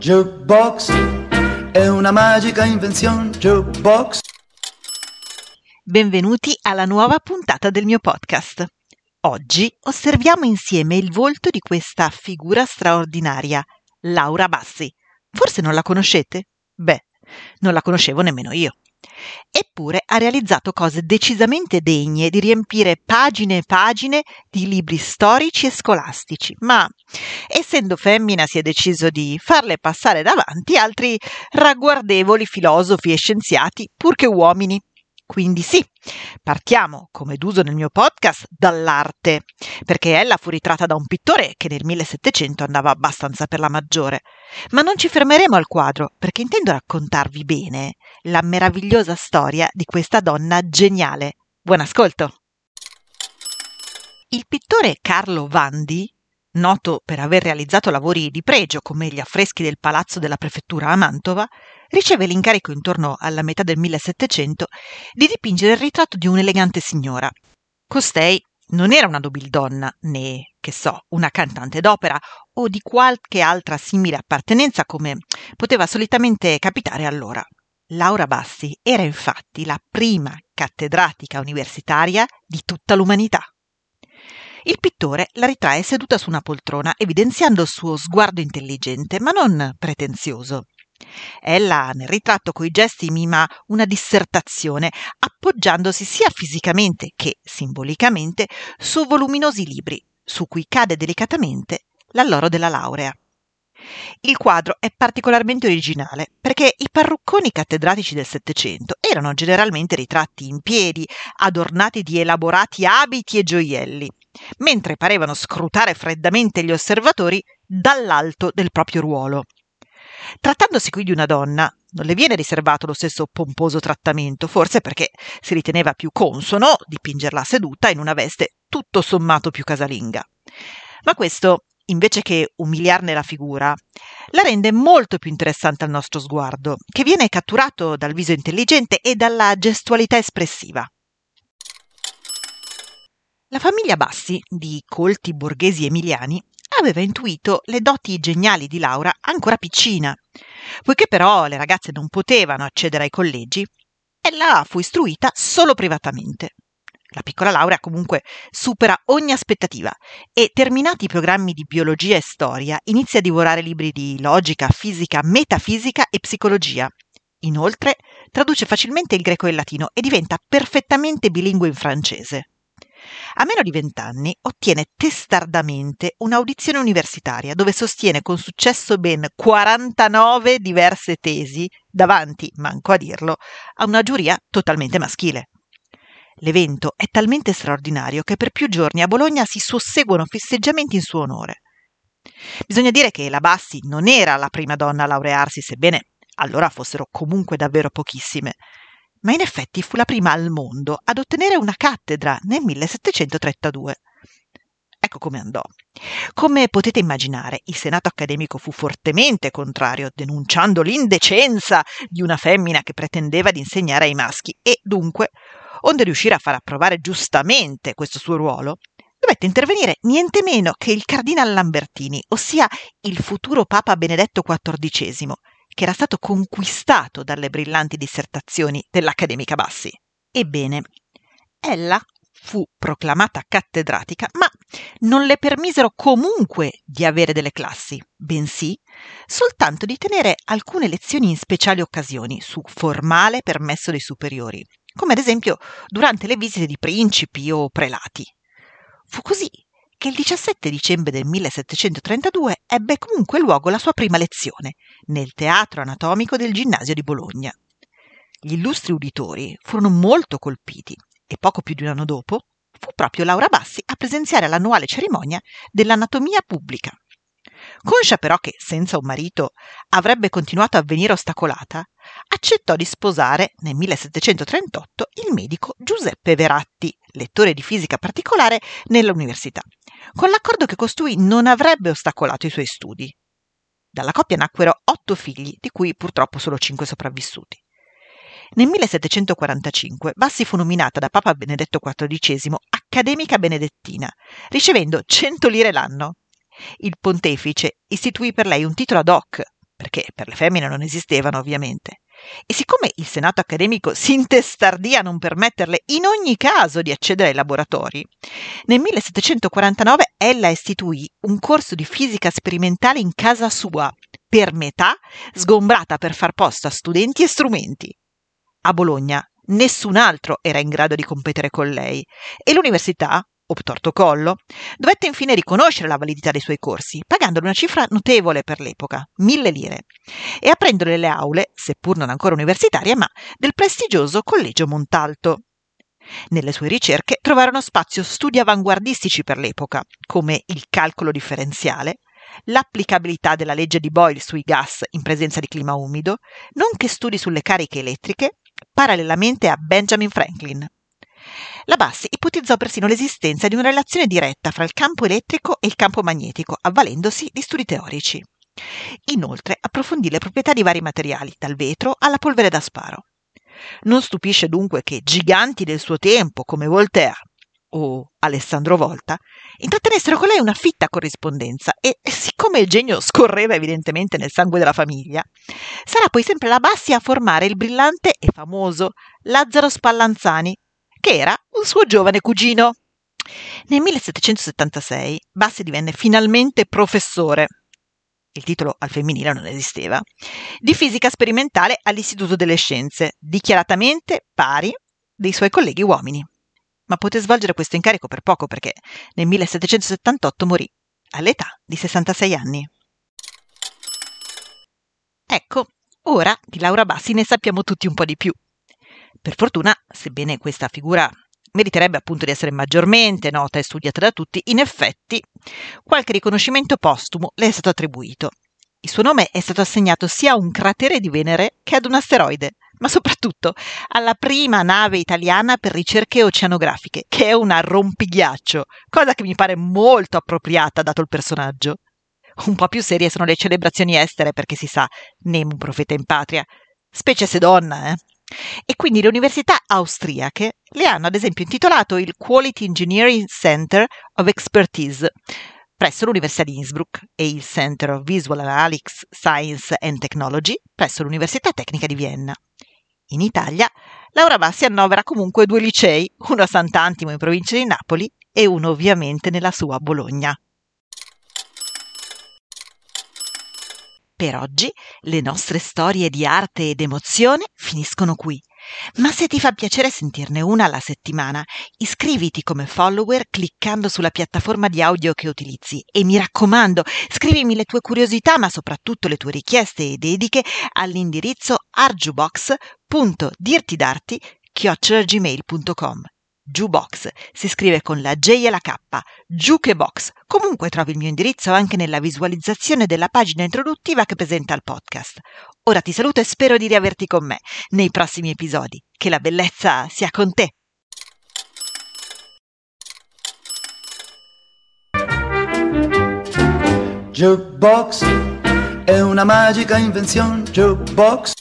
Jukebox è una magica invenzione. Jukebox. Benvenuti alla nuova puntata del mio podcast. Oggi osserviamo insieme il volto di questa figura straordinaria, Laura Bassi. Forse non la conoscete? Beh, non la conoscevo nemmeno io. Eppure ha realizzato cose decisamente degne di riempire pagine e pagine di libri storici e scolastici, ma essendo femmina si è deciso di farle passare davanti altri ragguardevoli filosofi e scienziati, purché uomini. Quindi sì, partiamo, come d'uso nel mio podcast, dall'arte, perché ella fu ritratta da un pittore che nel 1700 andava abbastanza per la maggiore. Ma non ci fermeremo al quadro, perché intendo raccontarvi bene la meravigliosa storia di questa donna geniale. Buon ascolto! Il pittore Carlo Vandi, noto per aver realizzato lavori di pregio come gli affreschi del palazzo della prefettura a Mantova, riceve l'incarico intorno alla metà del 1700 di dipingere il ritratto di un'elegante signora. Costei non era una nobildonna, né, che so, una cantante d'opera o di qualche altra simile appartenenza come poteva solitamente capitare allora. Laura Bassi era infatti la prima cattedratica universitaria di tutta l'umanità. Il pittore la ritrae seduta su una poltrona, evidenziando il suo sguardo intelligente, ma non pretenzioso. Ella nel ritratto coi gesti mima una dissertazione, appoggiandosi sia fisicamente che simbolicamente su voluminosi libri, su cui cade delicatamente l'alloro della laurea. Il quadro è particolarmente originale perché i parrucconi cattedratici del Settecento erano generalmente ritratti in piedi, adornati di elaborati abiti e gioielli, mentre parevano scrutare freddamente gli osservatori dall'alto del proprio ruolo. Trattandosi qui di una donna, non le viene riservato lo stesso pomposo trattamento, forse perché si riteneva più consono dipingerla seduta in una veste tutto sommato più casalinga. Ma questo, invece che umiliarne la figura, la rende molto più interessante al nostro sguardo, che viene catturato dal viso intelligente e dalla gestualità espressiva. La famiglia Bassi, di colti borghesi emiliani, aveva intuito le doti geniali di Laura ancora piccina. Poiché però le ragazze non potevano accedere ai collegi, ella fu istruita solo privatamente. La piccola Laura comunque supera ogni aspettativa e, terminati i programmi di biologia e storia, inizia a divorare libri di logica, fisica, metafisica e psicologia. Inoltre traduce facilmente il greco e il latino e diventa perfettamente bilingue in francese. A meno di 20 anni ottiene testardamente un'audizione universitaria dove sostiene con successo ben 49 diverse tesi davanti, manco a dirlo, a una giuria totalmente maschile. L'evento è talmente straordinario che per più giorni a Bologna si susseguono festeggiamenti in suo onore. Bisogna dire che la Bassi non era la prima donna a laurearsi, sebbene allora fossero comunque davvero pochissime, ma in effetti fu la prima al mondo ad ottenere una cattedra nel 1732. Ecco come andò. Come potete immaginare, il Senato accademico fu fortemente contrario, denunciando l'indecenza di una femmina che pretendeva di insegnare ai maschi e dunque, onde riuscire a far approvare giustamente questo suo ruolo, dovette intervenire niente meno che il cardinal Lambertini, ossia il futuro Papa Benedetto XIV, che era stato conquistato dalle brillanti dissertazioni dell'accademica Bassi. Ebbene, ella fu proclamata cattedratica, ma non le permisero comunque di avere delle classi, bensì soltanto di tenere alcune lezioni in speciali occasioni su formale permesso dei superiori, come ad esempio durante le visite di principi o prelati. Fu così che il 17 dicembre del 1732 ebbe comunque luogo la sua prima lezione nel Teatro Anatomico del Ginnasio di Bologna. Gli illustri uditori furono molto colpiti e poco più di un anno dopo fu proprio Laura Bassi a presenziare all'annuale cerimonia dell'anatomia pubblica. Conscia però che senza un marito avrebbe continuato a venire ostacolata, accettò di sposare nel 1738 il medico Giuseppe Veratti, lettore di fisica particolare nella università, con l'accordo che costui non avrebbe ostacolato i suoi studi. Dalla coppia nacquero 8 figli, di cui purtroppo solo 5 sopravvissuti. Nel 1745 Bassi fu nominata da Papa Benedetto XIV accademica benedettina, ricevendo 100 lire l'anno. Il pontefice istituì per lei un titolo ad hoc, perché per le femmine non esistevano ovviamente. E siccome il senato accademico si intestardì a non permetterle in ogni caso di accedere ai laboratori, nel 1749 ella istituì un corso di fisica sperimentale in casa sua, per metà sgombrata per far posto a studenti e strumenti. A Bologna nessun altro era in grado di competere con lei e l'università, obtorto collo, dovette infine riconoscere la validità dei suoi corsi, pagandole una cifra notevole per l'epoca, 1.000 lire, e aprendole le aule, seppur non ancora universitarie, ma del prestigioso Collegio Montalto. Nelle sue ricerche trovarono spazio studi avanguardistici per l'epoca, come il calcolo differenziale, l'applicabilità della legge di Boyle sui gas in presenza di clima umido, nonché studi sulle cariche elettriche, parallelamente a Benjamin Franklin. La Bassi ipotizzò persino l'esistenza di una relazione diretta fra il campo elettrico e il campo magnetico, avvalendosi di studi teorici. Inoltre approfondì le proprietà di vari materiali, dal vetro alla polvere da sparo. Non stupisce dunque che giganti del suo tempo come Voltaire o Alessandro Volta intrattenessero con lei una fitta corrispondenza e, siccome il genio scorreva evidentemente nel sangue della famiglia, sarà poi sempre la Bassi a formare il brillante e famoso Lazzaro Spallanzani, che era un suo giovane cugino. Nel 1776 Bassi divenne finalmente professore, il titolo al femminile non esisteva, di fisica sperimentale all'Istituto delle Scienze, dichiaratamente pari dei suoi colleghi uomini. Ma poté svolgere questo incarico per poco perché nel 1778 morì all'età di 66 anni. Ecco, ora di Laura Bassi ne sappiamo tutti un po' di più. Per fortuna, sebbene questa figura meriterebbe appunto di essere maggiormente nota e studiata da tutti, in effetti qualche riconoscimento postumo le è stato attribuito. Il suo nome è stato assegnato sia a un cratere di Venere che ad un asteroide, ma soprattutto alla prima nave italiana per ricerche oceanografiche, che è una rompighiaccio, cosa che mi pare molto appropriata dato il personaggio. Un po' più serie sono le celebrazioni estere perché si sa, nemo un profeta in patria, specie se donna, E quindi le università austriache le hanno ad esempio intitolato il Quality Engineering Center of Expertise presso l'Università di Innsbruck e il Center of Visual Analytics Science and Technology presso l'Università Tecnica di Vienna. In Italia, Laura Bassi annovera comunque 2 licei, uno a Sant'Antimo in provincia di Napoli e uno ovviamente nella sua Bologna. Per oggi le nostre storie di arte ed emozione finiscono qui, ma se ti fa piacere sentirne una alla settimana, iscriviti come follower cliccando sulla piattaforma di audio che utilizzi e mi raccomando, scrivimi le tue curiosità ma soprattutto le tue richieste e dediche all'indirizzo arjubox.dirtidarti@gmail.com. Jukebox si scrive con la J e la K, Jukebox. Comunque trovi il mio indirizzo anche nella visualizzazione della pagina introduttiva che presenta il podcast. Ora ti saluto e spero di riaverti con me nei prossimi episodi. Che la bellezza sia con te! Jukebox è una magica invenzione. Jukebox